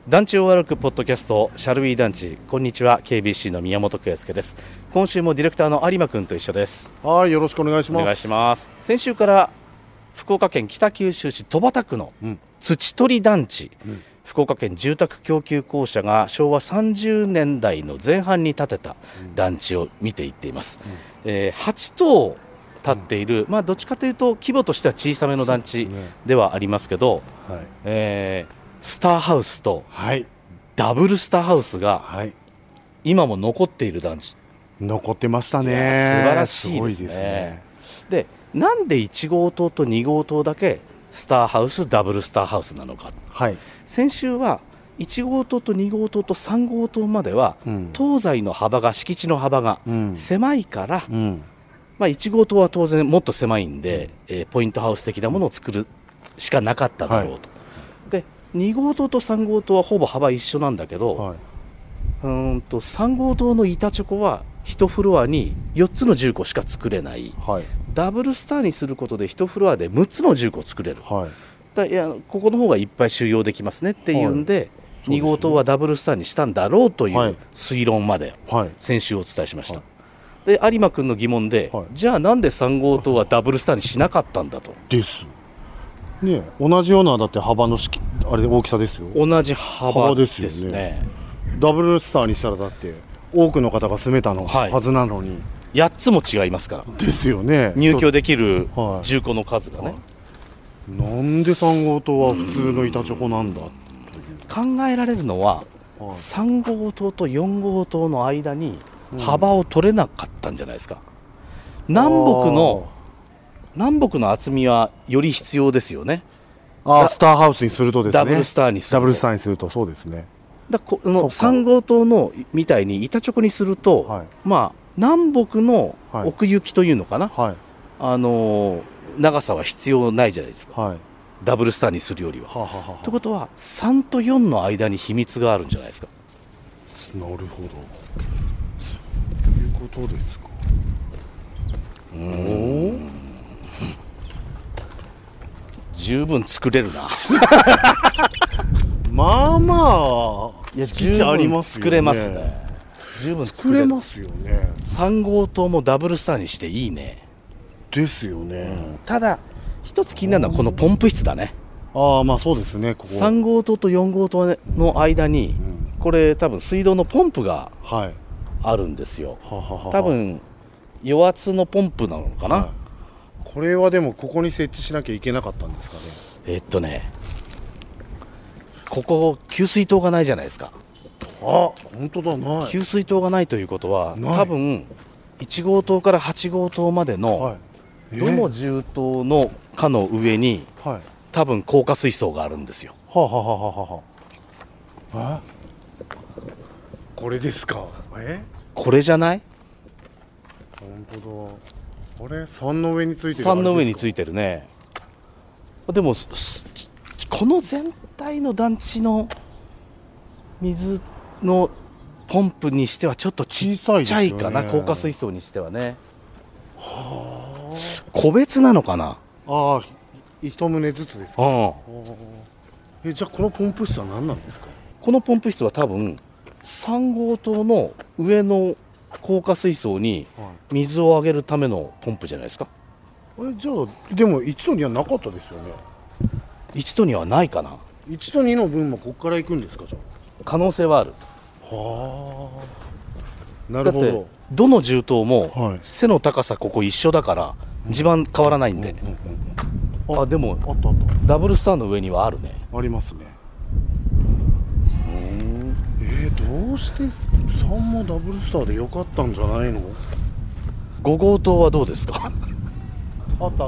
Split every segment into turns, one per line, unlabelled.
団地を歩くポッドキャストシャルウィー団地、こんにちは。 KBC の宮本圭介です。今週もディレクターの有馬くんと一緒です。
はい、よろしくお願いします。
お願いします。先週から福岡県北九州市戸畑区の土取団地、福岡県住宅供給公社が昭和30年代の前半に建てた団地を見ていっています。8棟建っている、どっちかというと規模としては小さめの団地ではありますけど、スターハウスとダブルスターハウスが今も残っている団地、
残ってましたね。
素晴らしいですね。で、なんで1号棟と2号棟だけスターハウスダブルスターハウスなのか、先週は1号棟と2号棟と3号棟までは、東西の幅が敷地の幅が狭いから、1号棟は当然もっと狭いんで、ポイントハウス的なものを作るしかなかっただろうと。で2号棟と3号棟はほぼ幅一緒なんだけど、3号棟の板チョコは1フロアに4つの住戸しか作れない、ダブルスターにすることで1フロアで6つの住戸作れる、いやここの方がいっぱい収容できますねっていうんで、2号棟はダブルスターにしたんだろうという推論まで先週お伝えしました。で有馬君の疑問で、じゃあなんで3号棟はダブルスターにしなかったんだと。
ですね、同じようなだって幅のあれ大きさですよ。
同じ幅ですね。
ダブルスターにしたらだって多くの方が住めたの、はずなのに
8つも違いますから
ですよね。
入居できる住戸の数がね、
なんで3号棟は普通の板チョコなんだ、
考えられるのは、3号棟と4号棟の間に幅を取れなかったんじゃないですか。南北の厚みはより必要ですよね。
スターハウスにするとですね、
ダブルスターにす
るとそうですね。
この3号棟のみたいに板チョコにすると、南北の奥行きというのかな、長さは必要ないじゃないですか、ダブルスターにするよりは。ということは3と4の間に秘密があるんじゃないですか。
なるほど、そういうことですか。
十分作れるな
まあまあ敷地ありますよね。
作れますね。十分
作れますよね。
3号棟もダブルスターにしていいね。
ですよね。
ただ一つ気になるのはこのポンプ室だね。
そうですね。ここ
3号棟と4号棟の間に、これ多分水道のポンプがあるんですよ。多分余圧のポンプなのかな、
これはでもここに設置しなきゃいけなかったんですかね。
ここ給水塔がないじゃないですか。
本当だ、ない。
給水塔がないということは、多分1号棟から8号棟までのどの住棟のかの上に、多分高架水槽があるんですよ。
これですか。
これじゃない？
本当だ。3の上についてる。
3の上についてるね。でもこの全体の団地の水のポンプにしてはちょっとちっちゃいかな、高架水槽にしてはね。個別なのかな。
一棟ずつですか。じゃあこのポンプ室は何なんですか。
このポンプ室は多分3号棟の上の高架水槽に水をあげるためのポンプじゃないですか。
じゃあでも1と2はなかったですよね。
1と2はないかな。
1と2の分もここから行くんですか。じゃあ
可能性はある。
なるほど。
だってどの住棟も背の高さここ一緒だから地盤変わらないんで。でもダブルスターの上にはあるね。
ありますね。どうして3もダブルスターでよかったんじゃないの。
5号棟はどうですか。
あった。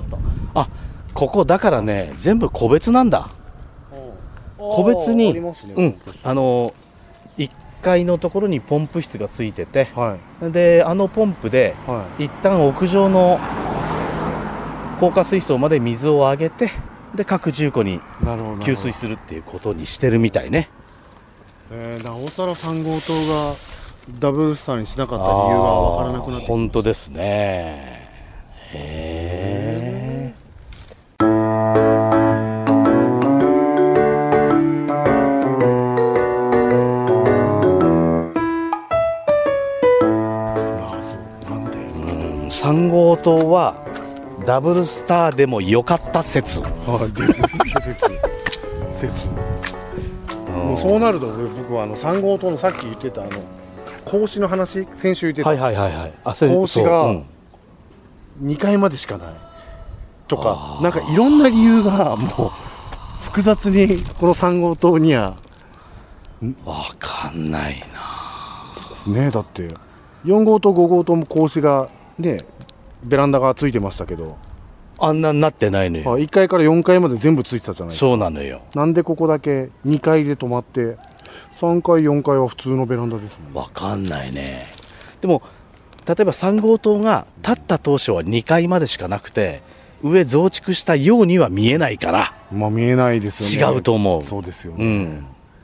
ここだからね、全部個別なんだ。個別に、1階のところにポンプ室がついてて、でポンプで、一旦屋上の高架水槽まで水をあげて、で各住戸に給水するっていうことにしてるみたいね。
なおさら3号棟がダブルスターにしなかった理由が分からなくなってきました。
本当ですね。 号棟はダブルスターでも良かった説。
説もうそうなると僕は3号棟のさっき言ってた格子の話、先週言ってた格子が2階までしかないとか、なんかいろんな理由がもう複雑にこの3号棟には
分かんないな
ね。だって4号棟5号棟も格子がね、ベランダがついてましたけど、
あんなになってないのよ。
1階から4階まで全部ついてたじゃないですか。
そうなのよ。
なんでここだけ2階で止まって3階4階は普通のベランダですもんね。
分かんないね。でも例えば3号棟が建った当初は2階までしかなくて上増築したようには見えないから、
見えないですよね。
違うと思う。
そうですよね、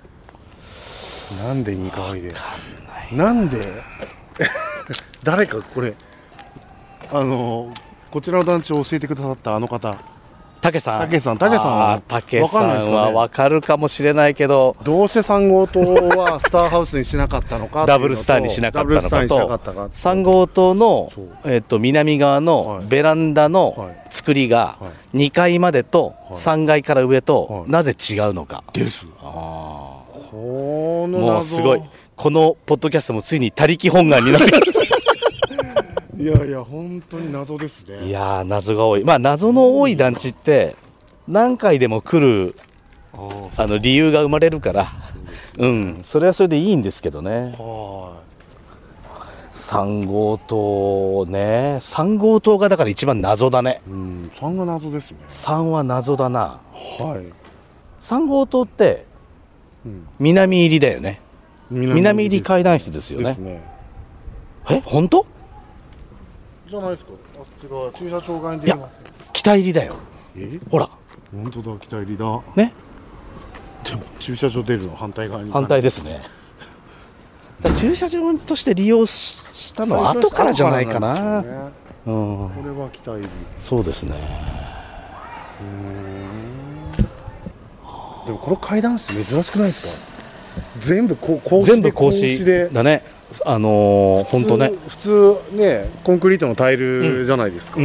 なんで2階でなんで誰かこれこちらの団地を教えてくださった方、竹さんは分かんないですかね。
分かるかもしれないけど、
どうして3号棟はスターハウスにしなかったのか
ダブルスターにしなかったのかと、3号棟の、南側のベランダの作りが2階までと3階から上となぜ違うのか
です。この謎、
もうすごい、このポッドキャストもついに他力本願になってきました。
いやいや本当に謎ですね。
いや謎が多い。謎の多い団地って何回でも来る理由が生まれるから、それはそれでいいんですけどね。3号棟ね、3号棟がだから一番謎だね。
3が謎ですね。
3は謎だな。3号棟って南入りだよね。南入り階段室ですよね。本当
じゃないですか。あっちが駐車場側に出てます。
北入りだよ。ほら
本当だ、北入りだ
ね。
でも駐車場出るの反対側に。
反対ですね。駐車場として利用したのは後からじゃないかな。
これは北入り。
そうですね。
でもこの階段室珍しくないですか。全部格子で
だね。本当ね、
普通ねコンクリートのタイルじゃないですか。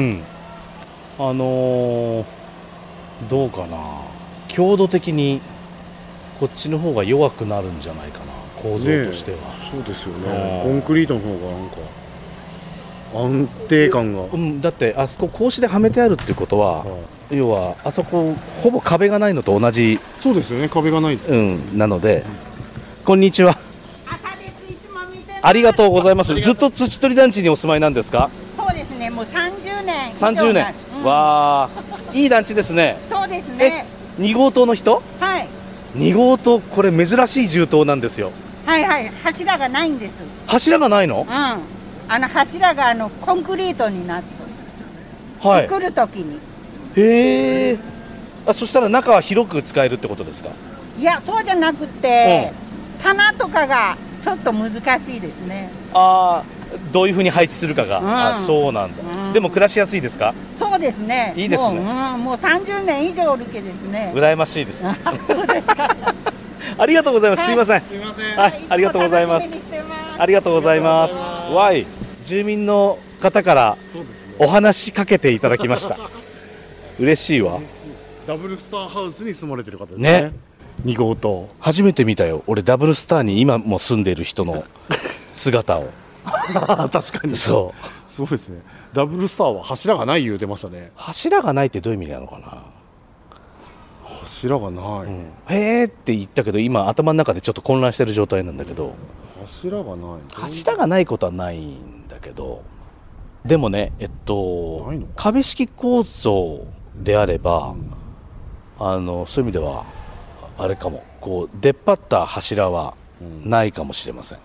どうかな、強度的にこっちの方が弱くなるんじゃないかな、構造としては。
そうですよね。コンクリートの方がなんか安定感が、
だってあそこ格子ではめてあるってことは、要はあそこほぼ壁がないのと同じ。
そうですよね、壁がない、
なので、こんにちは。ありがとうございます。ずっと土取団地にお住まいなんですか。
そうですね、もう30年。
30年。わあ、いい団地ですね。
そうですね。
2号棟の人。
はい。
2号棟、これ珍しい住棟なんですよ。
はいはい、柱がないんです。
柱がないの。
柱がコンクリートになって。作るときに。
へえ。そしたら中は広く使えるってことですか。
いや、そうじゃなくて、棚とかがちょっと難しいですね。
どういうふうに配置するかが。そうなんだ。でも暮らしやすいですか。
そうですね。
いいですね。
もう30年以上おるけですね。
羨ましいです。
そうですか。
ありがとうございます。すいません。はい、ありがとうございます。ありがとうございます。住民の方からお話しかけていただきました。嬉しいわ。
ダブルスターハウスに住まれてる方ですね。2号棟
初めて見たよ。俺ダブルスターに今も住んでいる人の姿を。
確かにそうですね。ダブルスターは柱がない言うてましたね。
柱がないってどういう意味なのかな。
柱がない、
へえって言ったけど、今頭の中でちょっと混乱してる状態なんだけど。
柱がない、
柱がないことはないんだけど、でもね、壁式構造であれば、そういう意味ではあれかも、こう出っ張った柱はないかもしれません。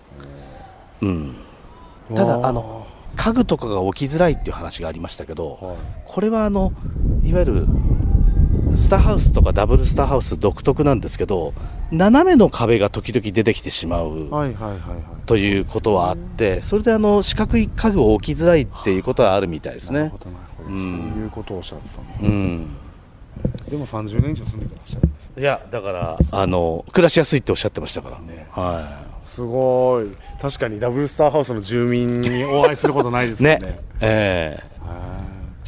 ただ家具とかが起きづらいっていう話がありましたけど、これはいわゆるスターハウスとかダブルスターハウス独特なんですけど、斜めの壁が時々出てきてしまうということはあって、それで四角い家具を置きづらいっていうことはあるみたいですね。
そういうことをおっしゃってたの。でも30年以上住んでらっしゃるんです。
いやだから暮らしやすいっておっしゃってましたからね。
すごい。確かにダブルスターハウスの住民にお会いすることないですもんね。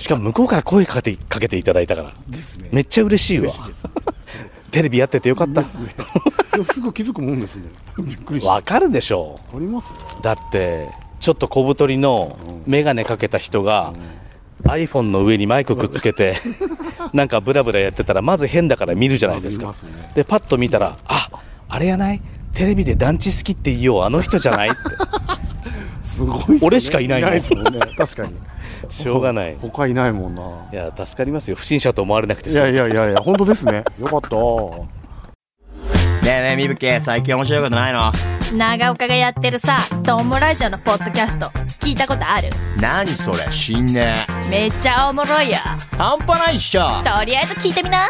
しかも向こうから声かけていただいたから
ですね。
めっちゃ嬉しいわ。テレビやっててよかった
ですね。すぐ気づくもんですね。びっくりした。
わかるでしょ
う。あります。
だってちょっと小太りの眼鏡かけた人が、iPhone の上にマイクくっつけてなんかブラブラやってたらまず変だから見るじゃないですか。ね、でパッと見たらあれやない、テレビで団地好きって言おうあの人じゃないって
すごいっすね。
俺しかいないもん。
ですもんね。確かに
しょうがない。
他いないもんな。
いや助かりますよ、不審者と思われなくて。
いや本当ですね。よかった。
ねえねえみぶき、最近面白いことないの？
長岡がやってるさ、トンボラジオのポッドキャスト聞いたことある？
何それ、知んね
え。めっちゃおもろいよ。
半端ないっしょ。
とりあえず聞いてみな。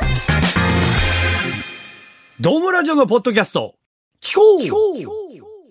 トンボラジオのポッドキャスト聞こう。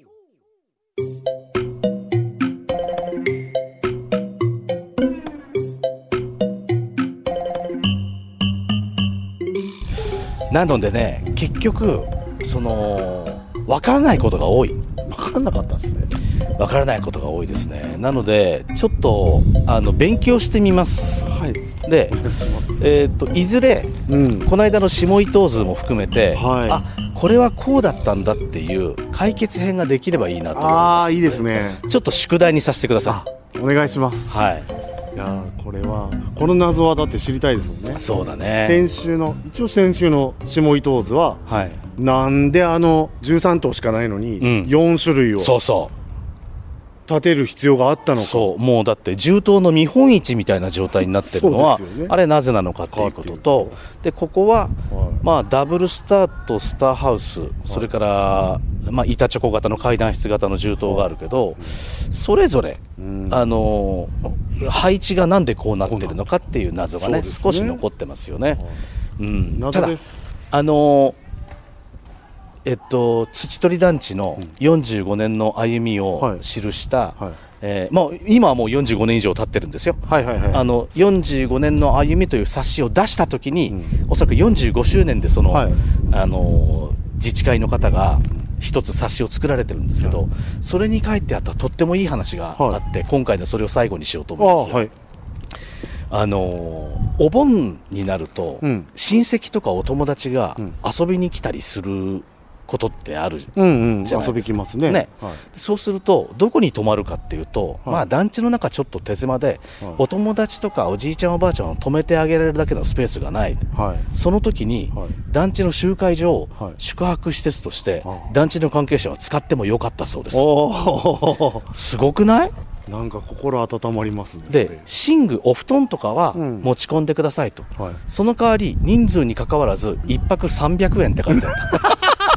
なのでね、結局その分からないことが多い。
分からなかったですね。
分からないことが多いですね。なのでちょっと勉強してみます。
はい。
で、いずれ、この間の下伊東図も含めて、これはこうだったんだっていう解決編ができればいいなと思います。
いいですね。
ちょっと宿題にさせてくださ
い。お願いします。
はい。
いやこの謎はだって知りたいですもんね。
そうだね。
先週の下伊東図は、なんで13頭しかないのに、4種類を立てる必要があったのか。
そうもうだって10頭の見本市みたいな状態になってるのは、あれなぜなのかっていうことと、でここは、ダブルスターとスターハウス、それから、板チョコ型の階段室型の10頭があるけど、それぞれ、配置がなんでこうなってるのかっていう謎がね少し残ってますよね。ただ土取団地の45年の歩みを記した、今はもう45年以上経ってるんですよ。45年の歩みという冊子を出した時に、おそらく45周年でその、自治会の方が一つ冊子を作られてるんですけど、それに書いてあったとってもいい話があって、今回のそれを最後にしようと思うんですよ。お盆になると、親戚とかお友達が遊びに来たりすることってあるじゃないですか。
遊び来ますね。
そうするとどこに泊まるかっていうと、団地の中ちょっと手狭で、お友達とかおじいちゃんおばあちゃんを泊めてあげられるだけのスペースがない、その時に、団地の集会所を宿泊施設として団地の関係者は使ってもよかったそうです。すごくない？
なんか心温まりますね。
で寝具お布団とかは持ち込んでくださいと、その代わり人数に関わらず1泊300円って書いてあった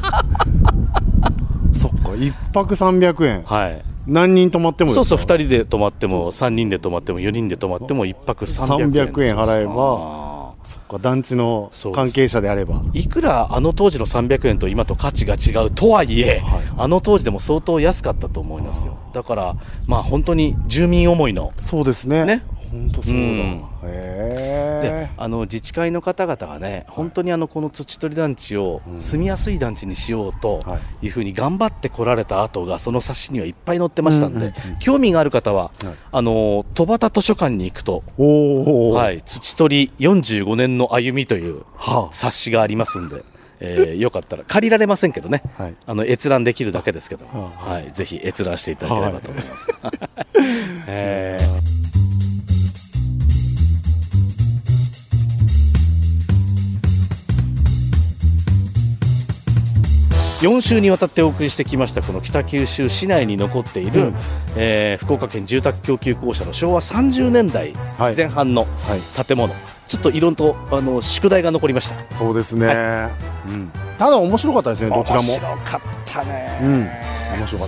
そっか、1泊300円。何人泊まってもですか？
そう2人で泊まっても3人で泊まっても4人で泊まっても1泊300円
払えば、そっか、団地の関係者であれば
いくら当時の300円と今と価値が違うとはいえ、当時でも相当安かったと思いますよ。だから本当に住民思いの。
そうですね。本当そうだ。
で自治会の方々がね、本当にこの土取団地を住みやすい団地にしようというふうに頑張ってこられた後がその冊子にはいっぱい載ってましたんで、興味がある方は戸端図書館に行くと、土取45年の歩みという冊子がありますんで、よかったら借りられませんけどね、閲覧できるだけですけど、ぜひ閲覧していただければと思います。4週にわたってお送りしてきましたこの北九州市内に残っている、福岡県住宅供給公社の昭和30年代前半の建物、ちょっといろんと宿題が残りました。
そうですね、ただ面白かったですね。どちらも
面白かったね、
面白かった。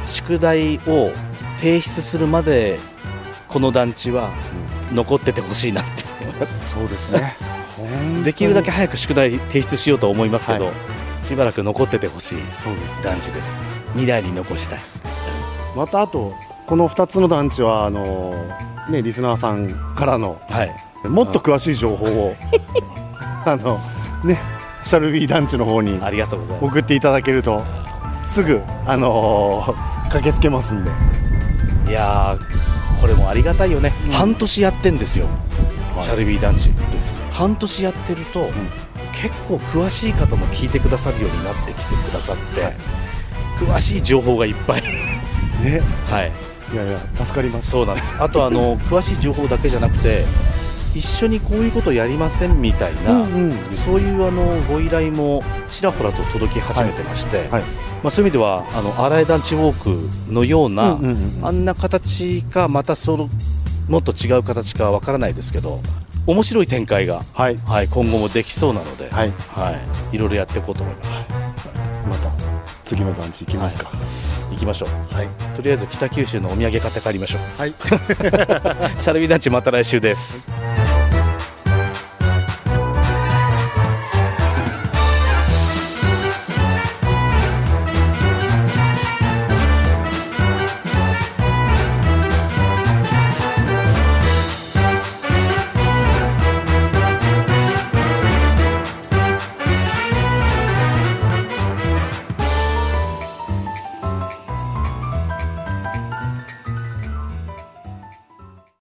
宿題を提出するまでこの団地は残っててほしいなって思います。
そうですね
できるだけ早く宿題提出しようと思いますけど、しばらく残っててほしい団地です。未来に残したいです。
またあとこの2つの団地はリスナーさんからの、もっと詳しい情報をシャルビー団地の方に送っていただけるとすぐ駆けつけますんで。
いやこれもありがたいよね、半年やってんですよ、シャルビー団地です。半年やってると、結構詳しい方も聞いてくださるようになってきてくださって、詳しい情報がいっぱい
ね、
はい、
いやいや助かります。
そうなんです。あと詳しい情報だけじゃなくて、一緒にこういうことやりませんみたいな、そういうご依頼もちらほらと届き始めてまして、そういう意味では新井団地ウォークのような、あんな形かまたもっと違う形かわからないですけど、面白い展開が、今後もできそうなので、いろいろやっていこうと思います。
また次の団地行きますか。
行きましょう。とりあえず北九州のお土産買って帰りましょう。シャルビー団地また来週です。